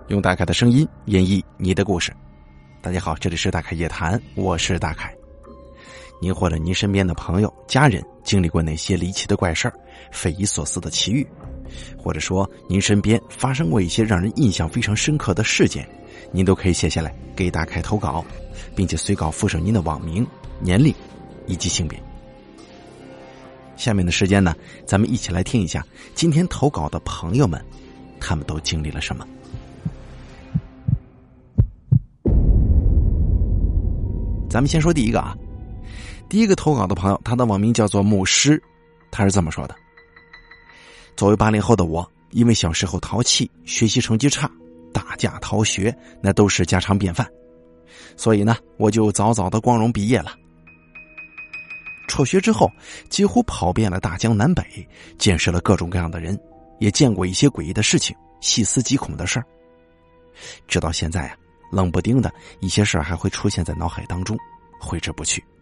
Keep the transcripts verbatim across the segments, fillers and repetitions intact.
用大凯的声音演绎你的故事。大家好，这里是大凯夜谈，我是大凯。您或者您身边的朋友、家人经历过哪些离奇的怪事儿、匪夷所思的奇遇，或者说您身边发生过一些让人印象非常深刻的事件，您都可以写下来给大凯投稿，并且随稿附上您的网名、年龄以及性别。下面的时间呢，咱们一起来听一下今天投稿的朋友们，他们都经历了什么。咱们先说第一个啊，第一个投稿的朋友，他的网名叫做牧师，他是这么说的：作为八零后的我，因为小时候淘气，学习成绩差，打架逃学，那都是家常便饭，所以呢，我就早早的光荣毕业了。辍学之后，几乎跑遍了大江南北，见识了各种各样的人，也见过一些诡异的事情，细思极恐的事儿。直到现在啊，冷不丁的一些事儿还会出现在脑海当中，挥之不去。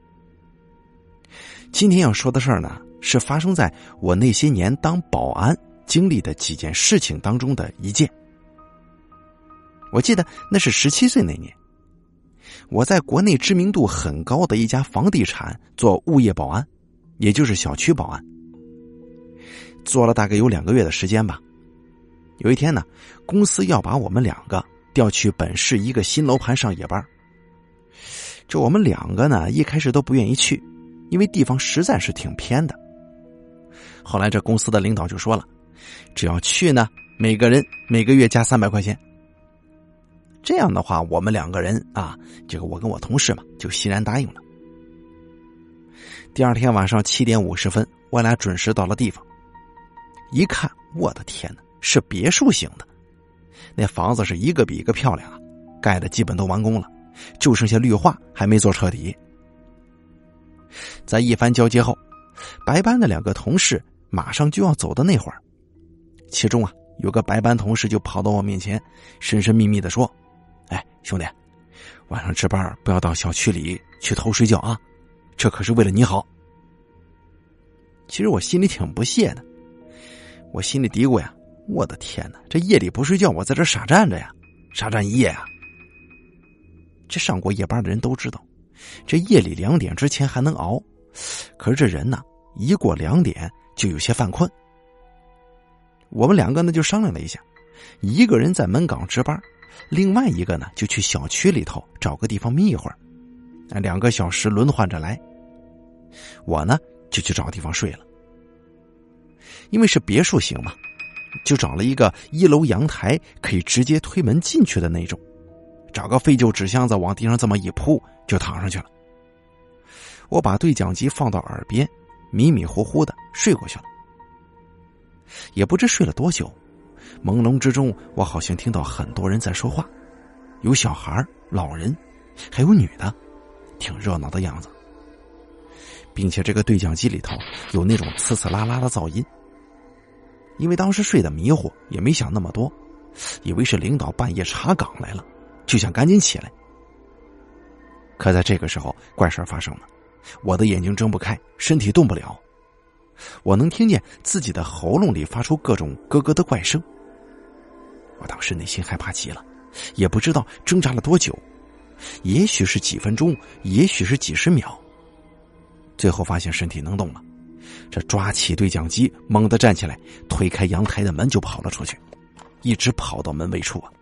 今天要说的事儿呢，是发生在我那些年当保安经历的几件事情当中的一件。我记得那是十七岁那年，我在国内知名度很高的一家房地产做物业保安，也就是小区保安，做了大概有两个月的时间吧。有一天呢，公司要把我们两个调去本市一个新楼盘上夜班。这我们两个呢，一开始都不愿意去，因为地方实在是挺偏的。后来这公司的领导就说了，只要去呢，每个人每个月加三百块钱。这样的话，我们两个人啊，这个我跟我同事嘛，就欣然答应了。第二天晚上七点五十分，我俩准时到了地方。一看，我的天哪，是别墅型的，那房子是一个比一个漂亮啊，盖的基本都完工了，就剩下绿化还没做彻底。在一番交接后，白班的两个同事马上就要走的那会儿，其中啊有个白班同事就跑到我面前，神神秘秘地说：哎，兄弟，晚上值班不要到小区里去偷睡觉啊，这可是为了你好。其实我心里挺不屑的，我心里嘀咕呀，我的天哪，这夜里不睡觉，我在这傻站着呀，傻站一夜啊。这上过夜班的人都知道，这夜里两点之前还能熬，可是这人呢，一过两点就有些犯困。我们两个呢就商量了一下，一个人在门岗值班，另外一个呢就去小区里头找个地方眯一会儿，两个小时轮换着来。我呢就去找地方睡了，因为是别墅型嘛，就找了一个一楼阳台可以直接推门进去的那种，找个废旧纸箱子往地上这么一铺就躺上去了。我把对讲机放到耳边，迷迷糊糊的睡过去了。也不知睡了多久，朦胧之中我好像听到很多人在说话，有小孩、老人，还有女的，挺热闹的样子，并且这个对讲机里头有那种呲呲啦啦的噪音。因为当时睡得迷糊，也没想那么多，以为是领导半夜查岗来了，就想赶紧起来。可在这个时候，怪事发生了，我的眼睛睁不开，身体动不了，我能听见自己的喉咙里发出各种咯咯的怪声。我当时内心害怕极了，也不知道挣扎了多久，也许是几分钟，也许是几十秒。最后发现身体能动了，这抓起对讲机，猛地站起来，推开阳台的门就跑了出去，一直跑到门卫处啊。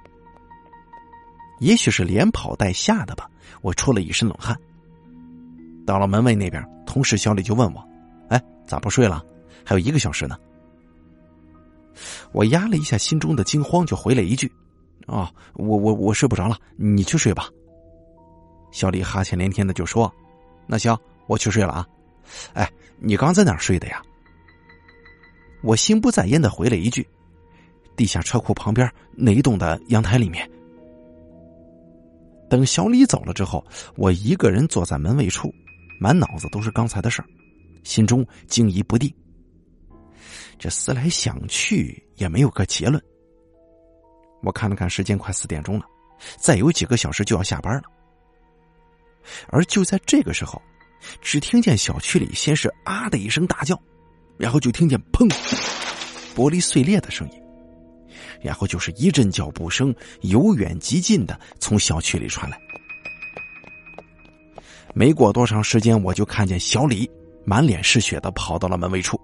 也许是连跑带吓的吧，我出了一身冷汗。到了门卫那边，同事小李就问我：哎，咋不睡了？还有一个小时呢。我压了一下心中的惊慌，就回了一句：哦，我我我睡不着了，你去睡吧。小李哈欠连天的就说：那行，我去睡了啊。哎，你刚在哪儿睡的呀？我心不在焉的回了一句：地下车库旁边那一栋的阳台里面。等小李走了之后，我一个人坐在门卫处，满脑子都是刚才的事儿，心中惊疑不定。这思来想去也没有个结论。我看了看时间，快四点钟了，再有几个小时就要下班了。而就在这个时候，只听见小区里先是啊的一声大叫，然后就听见砰，玻璃碎裂的声音， 然后就是一阵脚步声由远及近的从小区里传来。没过多长时间，我就看见小李满脸是血的跑到了门卫处。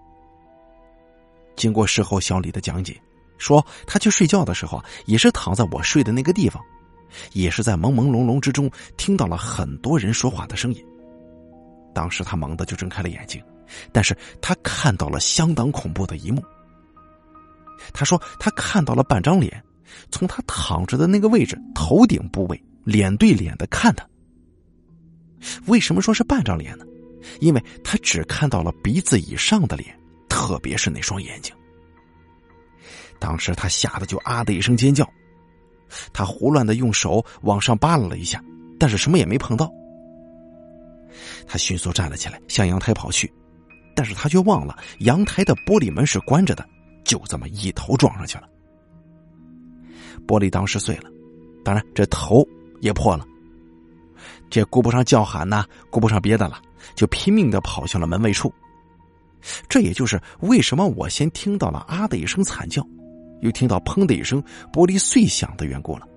经过事后小李的讲解，说他去睡觉的时候也是躺在我睡的那个地方，也是在朦朦胧胧之中听到了很多人说话的声音。当时他猛地就睁开了眼睛，但是他看到了相当恐怖的一幕。他说他看到了半张脸从他躺着的那个位置头顶部位脸对脸的看他。为什么说是半张脸呢？因为他只看到了鼻子以上的脸，特别是那双眼睛。当时他吓得就啊的一声尖叫，他胡乱的用手往上扒拉了一下，但是什么也没碰到。他迅速站了起来，向阳台跑去，但是他却忘了阳台的玻璃门是关着的，就这么一头撞上去了。玻璃当时碎了，当然这头也破了。这顾不上叫喊呐、啊，顾不上别的了，就拼命地跑向了门卫处。这也就是为什么我先听到了啊的一声惨叫，又听到砰的一声玻璃碎响的缘故了。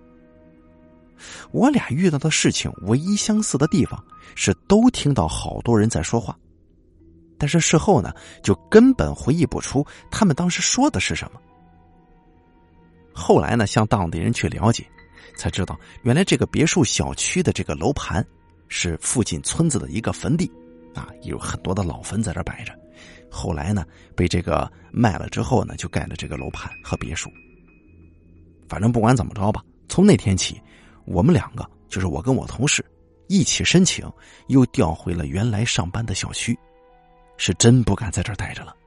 我俩遇到的事情唯一相似的地方是都听到好多人在说话，但是事后呢，就根本回忆不出他们当时说的是什么。后来呢，向当地人去了解，才知道原来这个别墅小区的这个楼盘是附近村子的一个坟地啊，有很多的老坟在这摆着。后来呢，被这个卖了之后呢，就盖了这个楼盘和别墅。反正不管怎么着吧，从那天起，我们两个就是我跟我同事一起申请，又调回了原来上班的小区，是真不敢在这儿待着了。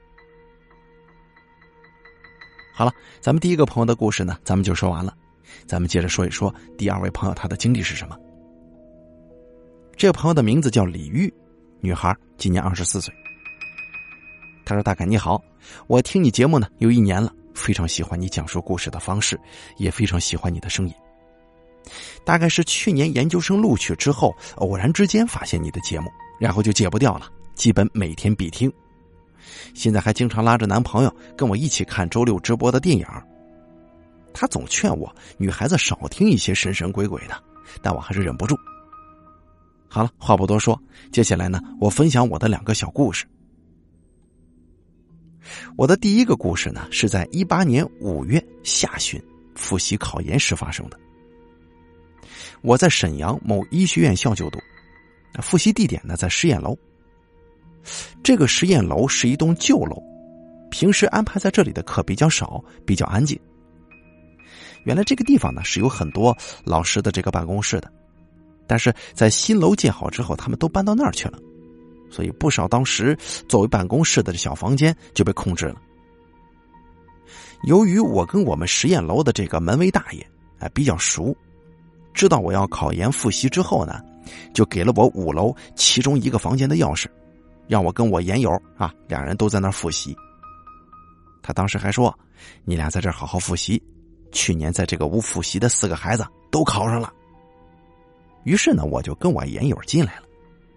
好了，咱们第一个朋友的故事呢，咱们就说完了。咱们接着说一说第二位朋友他的经历是什么。这个朋友的名字叫李玉，女孩，今年二十四岁。他说：大概你好，我听你节目呢有一年了，非常喜欢你讲述故事的方式，也非常喜欢你的声音。大概是去年研究生录取之后，偶然之间发现你的节目，然后就戒不掉了，基本每天必听。现在还经常拉着男朋友跟我一起看周六直播的电影。他总劝我女孩子少听一些神神鬼鬼的，但我还是忍不住。好了，话不多说，接下来呢，我分享我的两个小故事。我的第一个故事呢，是在一八年五月下旬复习考研时发生的。我在沈阳某医学院校就读，复习地点呢在实验楼。这个实验楼是一栋旧楼，平时安排在这里的课比较少，比较安静。原来这个地方呢是有很多老师的这个办公室的，但是在新楼建好之后，他们都搬到那儿去了，所以不少当时作为办公室的小房间就被空置了。由于我跟我们实验楼的这个门卫大爷哎比较熟，知道我要考研复习之后呢，就给了我五楼其中一个房间的钥匙，让我跟我研友啊两人都在那儿复习。他当时还说，你俩在这儿好好复习，去年在这个屋复习的四个孩子都考上了。于是呢，我就跟我研友进来了。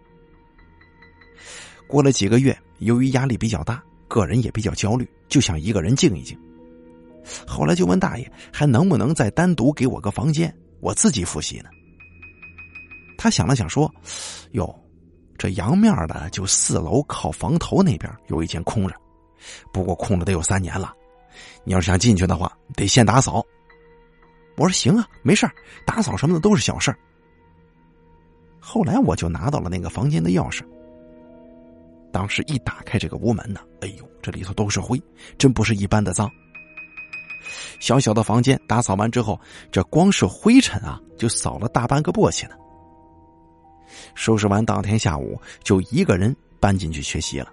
过了几个月，由于压力比较大，个人也比较焦虑，就想一个人静一静。后来就问大爷还能不能再单独给我个房间，我自己复习呢。他想了想说，哟，这阳面的就四楼靠房头那边有一间空着，不过空了得有三年了，你要是想进去的话得先打扫。我说行啊，没事儿，打扫什么的都是小事儿。后来我就拿到了那个房间的钥匙，当时一打开这个屋门呢，哎呦，这里头都是灰，真不是一般的脏。小小的房间打扫完之后，这光是灰尘啊就扫了大半个簸箕呢。收拾完当天下午就一个人搬进去学习了。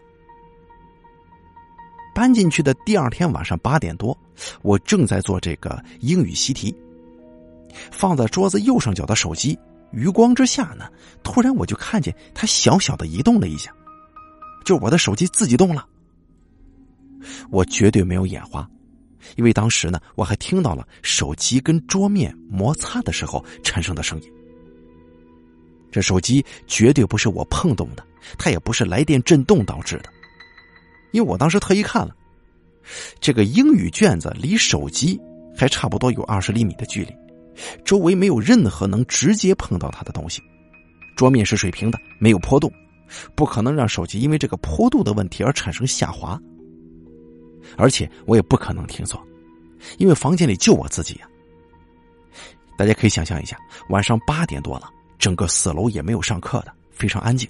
搬进去的第二天晚上八点多，我正在做这个英语习题，放在桌子右上角的手机余光之下呢，突然我就看见它小小的移动了一下，就我的手机自己动了。我绝对没有眼花，因为当时呢我还听到了手机跟桌面摩擦的时候产生的声音。这手机绝对不是我碰动的，它也不是来电震动导致的，因为我当时特意看了， 这个英语卷子离手机还差不多有二十厘米的距离，周围没有任何能直接碰到它的东西，桌面是水平的，没有坡度，不可能让手机因为这个坡度的问题而产生下滑。而且我也不可能听错，因为房间里就我自己呀、啊。大家可以想象一下，晚上八点多了，整个四楼也没有上课的，非常安静。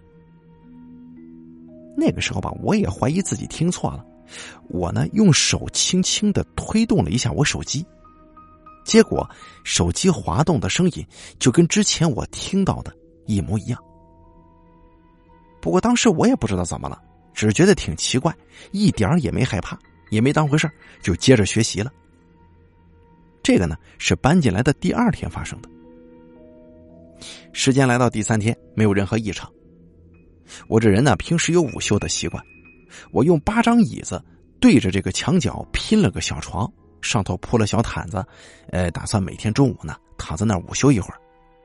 那个时候吧，我也怀疑自己听错了，我呢用手轻轻地推动了一下我手机，结果手机滑动的声音就跟之前我听到的一模一样。不过当时我也不知道怎么了，只觉得挺奇怪，一点也没害怕，也没当回事，就接着学习了。这个呢是搬进来的第二天发生的。时间来到第三天，没有任何异常。我这人呢平时有午休的习惯，我用八张椅子对着这个墙角拼了个小床，上头铺了小毯子，呃，打算每天中午呢躺在那儿午休一会儿。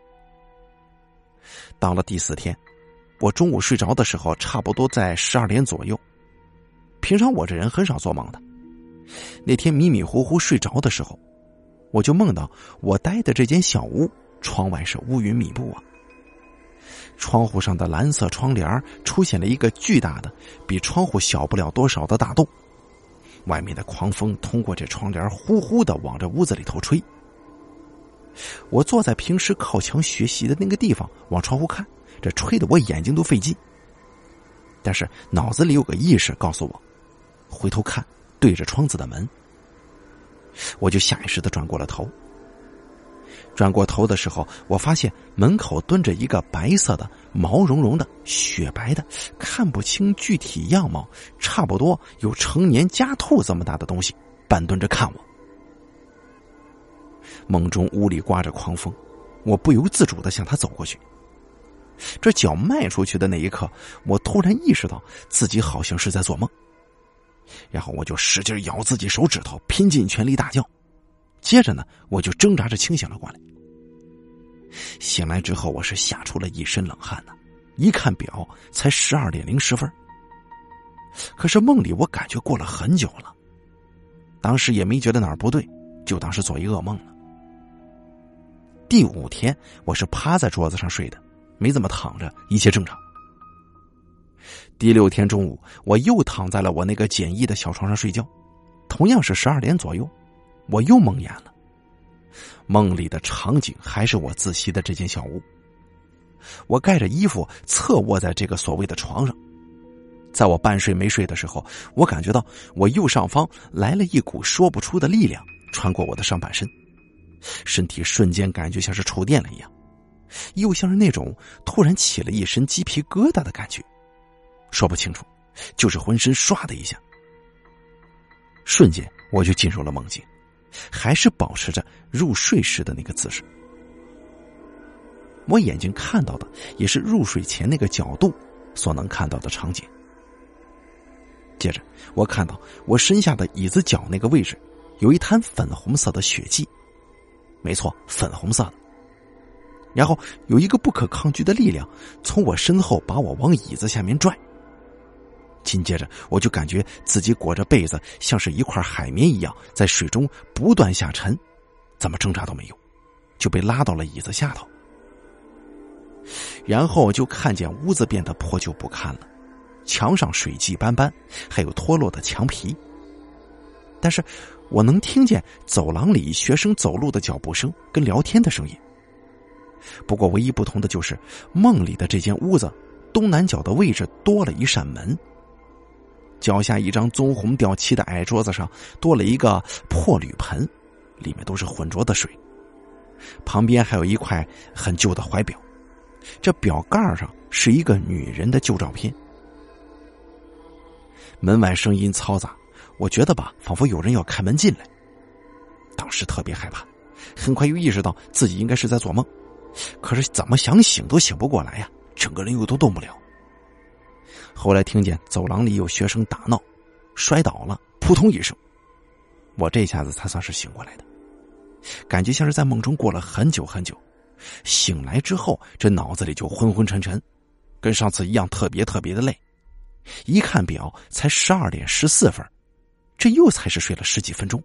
到了第四天，我中午睡着的时候差不多在十二点左右。平常我这人很少做梦的，那天迷迷糊糊睡着的时候，我就梦到我待的这间小屋窗外是乌云密布啊，窗户上的蓝色窗帘出现了一个巨大的比窗户小不了多少的大洞，外面的狂风通过这窗帘呼呼的往这屋子里头吹。我坐在平时靠墙学习的那个地方往窗户看，这吹得我眼睛都费劲，但是脑子里有个意识告诉我回头看对着窗子的门。我就下意识地转过了头。转过头的时候，我发现门口蹲着一个白色的毛茸茸的雪白的看不清具体样貌，差不多有成年家兔这么大的东西半蹲着看我。梦中屋里刮着狂风，我不由自主地向他走过去。这脚迈出去的那一刻，我突然意识到自己好像是在做梦，然后我就使劲咬自己手指头，拼尽全力大叫。接着呢，我就挣扎着清醒了过来。醒来之后，我是吓出了一身冷汗呢。一看表，才十二点零十分。可是梦里我感觉过了很久了，当时也没觉得哪儿不对，就当是做一噩梦了。第五天，我是趴在桌子上睡的，没怎么躺着，一切正常。第六天中午，我又躺在了我那个简易的小床上睡觉，同样是十二点左右，我又梦魇了。梦里的场景还是我自习的这间小屋，我盖着衣服侧卧在这个所谓的床上。在我半睡没睡的时候，我感觉到我右上方来了一股说不出的力量穿过我的上半身，身体瞬间感觉像是触电了一样，又像是那种突然起了一身鸡皮疙瘩的感觉，说不清楚，就是浑身唰的一下。瞬间我就进入了梦境，还是保持着入睡时的那个姿势。我眼睛看到的也是入睡前那个角度所能看到的场景。接着我看到我身下的椅子角那个位置有一滩粉红色的血迹，没错，粉红色的。然后有一个不可抗拒的力量从我身后把我往椅子下面拽，紧接着我就感觉自己裹着被子像是一块海绵一样在水中不断下沉，怎么挣扎都没有，就被拉到了椅子下头。然后就看见屋子变得破旧不堪了，墙上水迹斑斑，还有脱落的墙皮。但是我能听见走廊里学生走路的脚步声跟聊天的声音。不过唯一不同的就是梦里的这间屋子东南角的位置多了一扇门，脚下一张棕红掉漆的矮桌子上多了一个破铝盆，里面都是浑浊的水，旁边还有一块很旧的怀表，这表盖上是一个女人的旧照片。门外声音嘈杂，我觉得吧，仿佛有人要开门进来。当时特别害怕，很快又意识到自己应该是在做梦，可是怎么想醒都醒不过来呀，整个人又都动不了。后来听见走廊里有学生打闹，摔倒了，扑通一声，我这下子才算是醒过来的，感觉像是在梦中过了很久很久。醒来之后，这脑子里就昏昏沉沉，跟上次一样特别特别的累。一看表才十二点十四分， 这又才是睡了十几分钟。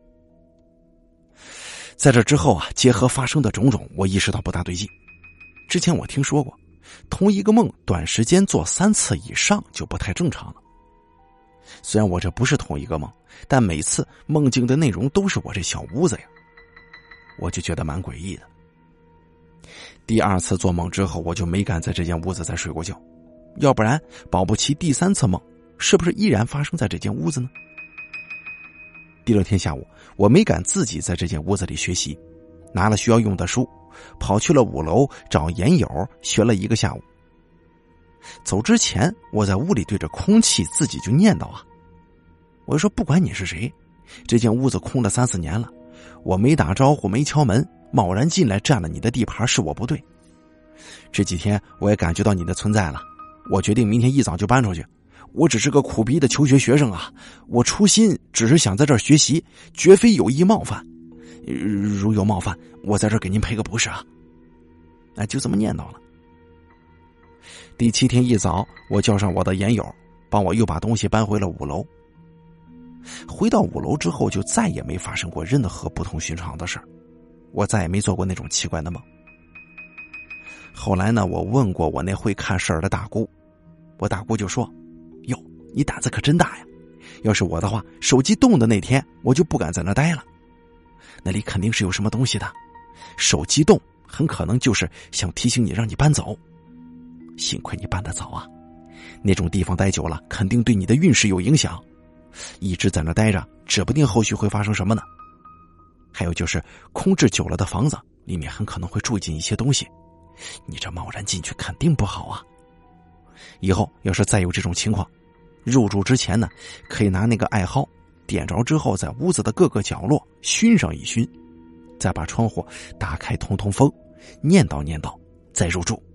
在这之后啊，结合发生的种种，我意识到不大对劲。之前我听说过，同一个梦短时间做三次以上就不太正常了。虽然我这不是同一个梦，但每次梦境的内容都是我这小屋子呀，我就觉得蛮诡异的。第二次做梦之后，我就没敢在这间屋子再睡过觉，要不然保不齐第三次梦是不是依然发生在这间屋子呢？第六天下午，我没敢自己在这间屋子里学习，拿了需要用的书，跑去了五楼找研友学了一个下午。走之前，我在屋里对着空气自己就念叨啊，我就说不管你是谁，这间屋子空了三四年了，我没打招呼没敲门，贸然进来占了你的地盘是我不对。这几天我也感觉到你的存在了，我决定明天一早就搬出去。我只是个苦逼的求学学生啊，我初心只是想在这儿学习，绝非有意冒犯。如有冒犯，我在这儿给您赔个不是啊。哎，就这么念叨了。第七天一早，我叫上我的研友，帮我又把东西搬回了五楼。回到五楼之后，就再也没发生过任何不同寻常的事儿，我再也没做过那种奇怪的梦。后来呢，我问过我那会看事儿的大姑，我大姑就说：哟，你胆子可真大呀！要是我的话，手机动的那天，我就不敢在那待了。那里肯定是有什么东西的，手机动很可能就是想提醒你让你搬走。幸亏你搬得早啊，那种地方待久了，肯定对你的运势有影响。一直在那待着，指不定后续会发生什么呢。还有就是空置久了的房子，里面很可能会住进一些东西，你这贸然进去肯定不好啊。以后要是再有这种情况，入住之前呢，可以拿那个艾蒿点着之后，在屋子的各个角落熏上一熏，再把窗户打开通通风，念叨念叨，再入住。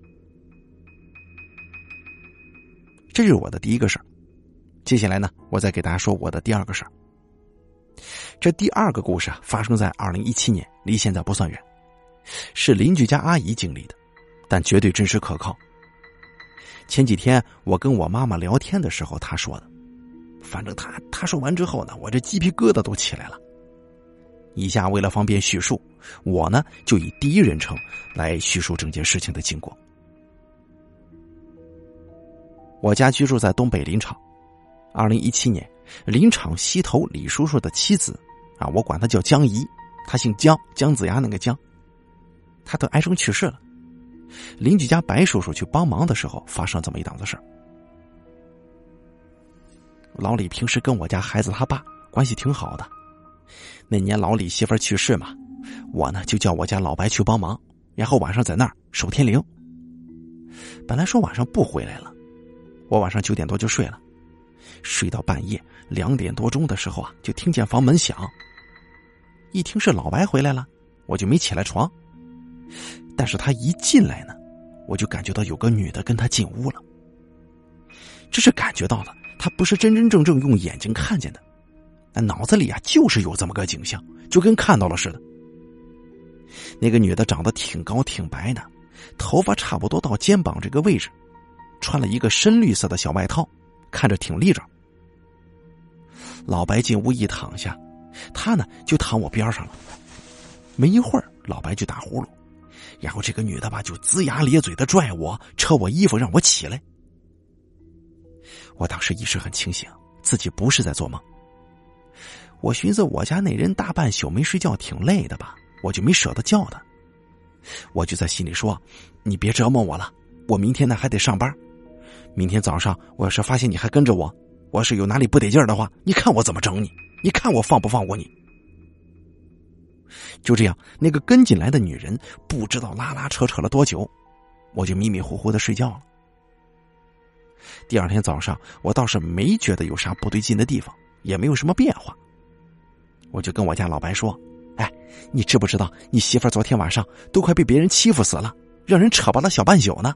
这是我的第一个事儿。接下来呢，我再给大家说我的第二个事儿。这第二个故事啊，发生在二零一七年，离现在不算远，是邻居家阿姨经历的，但绝对真实可靠。前几天我跟我妈妈聊天的时候，她说的，反正她她说完之后呢，我这鸡皮疙瘩都起来了。以下为了方便叙述，我呢就以第一人称来叙述整件事情的经过。我家居住在东北林场，二零一七年，林场西头李叔叔的妻子啊，我管他叫江姨，他姓姜，姜子牙那个姜，他得癌症去世了。邻居家白叔叔去帮忙的时候，发生这么一档子事儿。老李平时跟我家孩子他爸关系挺好的，那年老李媳妇儿去世嘛，我呢就叫我家老白去帮忙，然后晚上在那儿守天灵。本来说晚上不回来了，我晚上九点多就睡了，睡到半夜两点多钟的时候啊，就听见房门响，一听是老白回来了，我就没起来床。但是他一进来呢，我就感觉到有个女的跟他进屋了。这是感觉到了，他不是真真正正用眼睛看见的，脑子里啊就是有这么个景象，就跟看到了似的。那个女的长得挺高挺白的，头发差不多到肩膀这个位置，穿了一个深绿色的小外套，看着挺立正。老白进屋一躺下，他呢就躺我边上了。没一会儿，老白就打呼噜，然后这个女的吧就龇牙咧嘴的拽我，扯我衣服让我起来。我当时意识很清醒，自己不是在做梦。我寻思我家那人大半宿没睡觉挺累的吧，我就没舍得叫他。我就在心里说，你别折磨我了，我明天呢还得上班。明天早上我要是发现你还跟着我，我要是有哪里不得劲儿的话，你看我怎么整你，你看我放不放过你。就这样，那个跟进来的女人不知道拉拉扯扯了多久，我就迷迷糊糊的睡觉了。第二天早上，我倒是没觉得有啥不对劲的地方，也没有什么变化。我就跟我家老白说，哎，你知不知道你媳妇儿昨天晚上都快被别人欺负死了，让人扯巴了小半宿呢。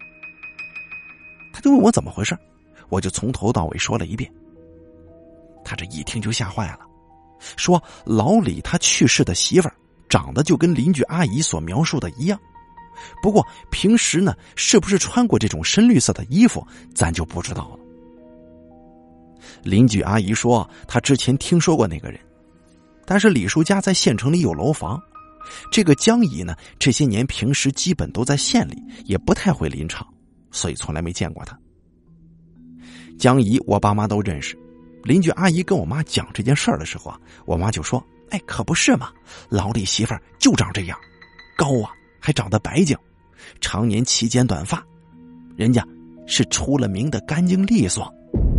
他就问我怎么回事，我就从头到尾说了一遍。他这一听就吓坏了，说老李他去世的媳妇儿长得就跟邻居阿姨所描述的一样，不过平时呢是不是穿过这种深绿色的衣服咱就不知道了。 邻居阿姨说她之前听说过那个人，但是李叔家在县城里有楼房，这个江姨呢这些年平时基本都在县里，也不太会临场，所以从来没见过他。江姨我爸妈都认识，邻居阿姨跟我妈讲这件事儿的时候啊，我妈就说：“哎，可不是嘛，老李媳妇儿就长这样，高啊，还长得白净，常年齐剪短发，人家是出了名的干净利索。”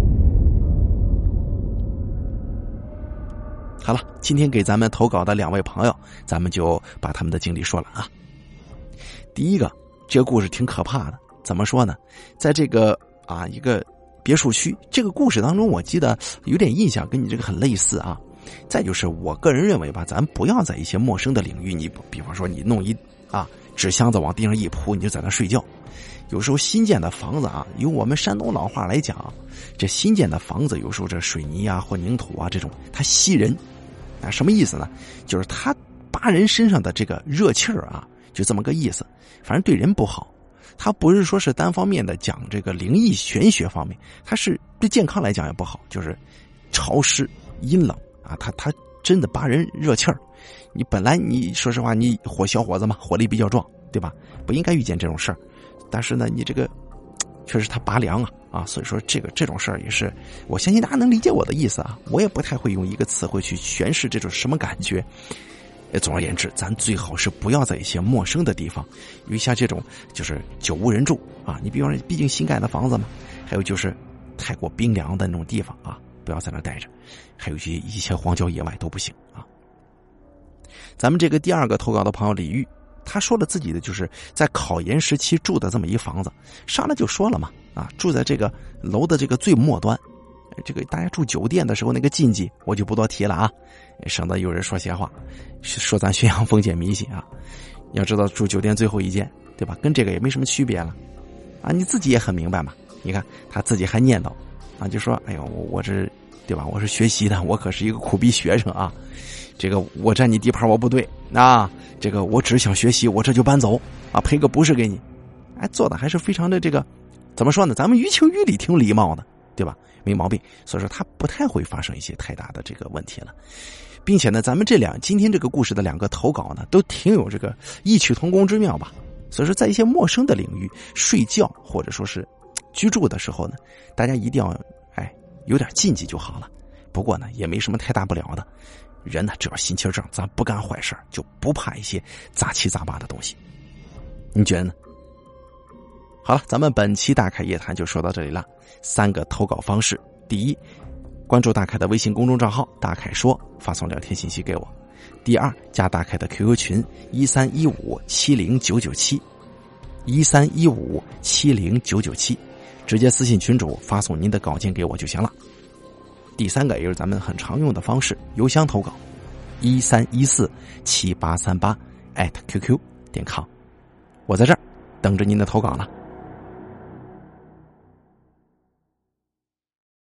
好了，今天给咱们投稿的两位朋友，咱们就把他们的经历说了啊。第一个，这个故事挺可怕的，怎么说呢？在这个啊一个别墅区，这个故事当中，我记得有点印象，跟你这个很类似啊。再就是我个人认为吧，咱不要在一些陌生的领域，你比方说你弄一啊纸箱子往地上一铺，你就在那睡觉。有时候新建的房子啊，用我们山东老话来讲，这新建的房子有时候这水泥啊或凝土啊这种，它吸人啊，什么意思呢？就是它扒人身上的这个热气儿啊，就这么个意思。反正对人不好。它不是说是单方面的讲这个灵异玄学方面，它是对健康来讲也不好，就是潮湿阴冷啊，它它真的扒人热气儿。你本来你说实话，你火小伙子嘛，火力比较壮，对吧？不应该遇见这种事儿。但是呢，你这个确实它拔凉啊啊，所以说这个这种事儿也是，我相信大家能理解我的意思啊。我也不太会用一个词汇去诠释这种什么感觉。总而言之，咱最好是不要在一些陌生的地方，因为像这种就是久无人住啊，你比方说毕竟新盖的房子嘛，还有就是太过冰凉的那种地方啊，不要在那待着，还有一些一些荒郊野外都不行啊。咱们这个第二个投稿的朋友李玉，他说了自己的就是在考研时期住的这么一房子，上来就说了嘛，啊，住在这个楼的这个最末端。这个大家住酒店的时候那个禁忌我就不多提了啊，省得有人说闲话，说咱宣扬封建迷信啊。要知道住酒店最后一间，对吧？跟这个也没什么区别了啊。你自己也很明白嘛，你看他自己还念叨啊，就说哎呦我我这对吧，我是学习的，我可是一个苦逼学生啊，这个我占你地盘我不对啊，这个我只想学习，我这就搬走啊，赔个不是给你。哎，做的还是非常的这个怎么说呢，咱们于情于理挺礼貌的，对吧？没毛病，所以说它不太会发生一些太大的这个问题了，并且呢，咱们这两今天这个故事的两个投稿呢，都挺有这个异曲同工之妙吧。所以说，在一些陌生的领域睡觉或者说是居住的时候呢，大家一定要哎有点禁忌就好了。不过呢，也没什么太大不了的。人呢，只要心气正，咱不干坏事，就不怕一些杂七杂八的东西。你觉得呢？好了，咱们本期大凯夜谈就说到这里了。三个投稿方式：第一，关注大凯的微信公众账号“大凯说”，发送聊天信息给我；第二，加大凯的 Q Q 群一三一五七零九九七，一三一五七零九九七，直接私信群主发送您的稿件给我就行了。第三个也是咱们很常用的方式，邮箱投稿一三一四七八三八 at qq 点 com， 我在这儿等着您的投稿了。